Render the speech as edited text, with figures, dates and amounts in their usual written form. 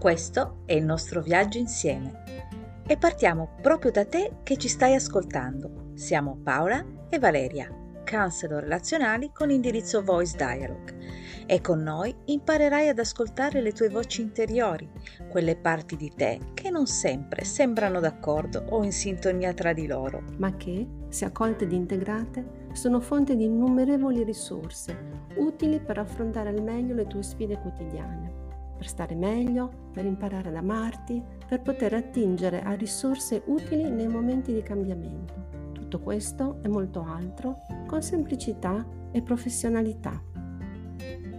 Questo è il nostro viaggio insieme e partiamo proprio da te che ci stai ascoltando. Siamo Paola e Valeria, counselor relazionali con indirizzo Voice Dialogue, e con noi imparerai ad ascoltare le tue voci interiori, quelle parti di te che non sempre sembrano d'accordo o in sintonia tra di loro, ma che, se accolte ed integrate, sono fonte di innumerevoli risorse utili per affrontare al meglio le tue sfide quotidiane, per stare meglio, per imparare ad amarti, per poter attingere a risorse utili nei momenti di cambiamento. Tutto questo e molto altro con semplicità e professionalità.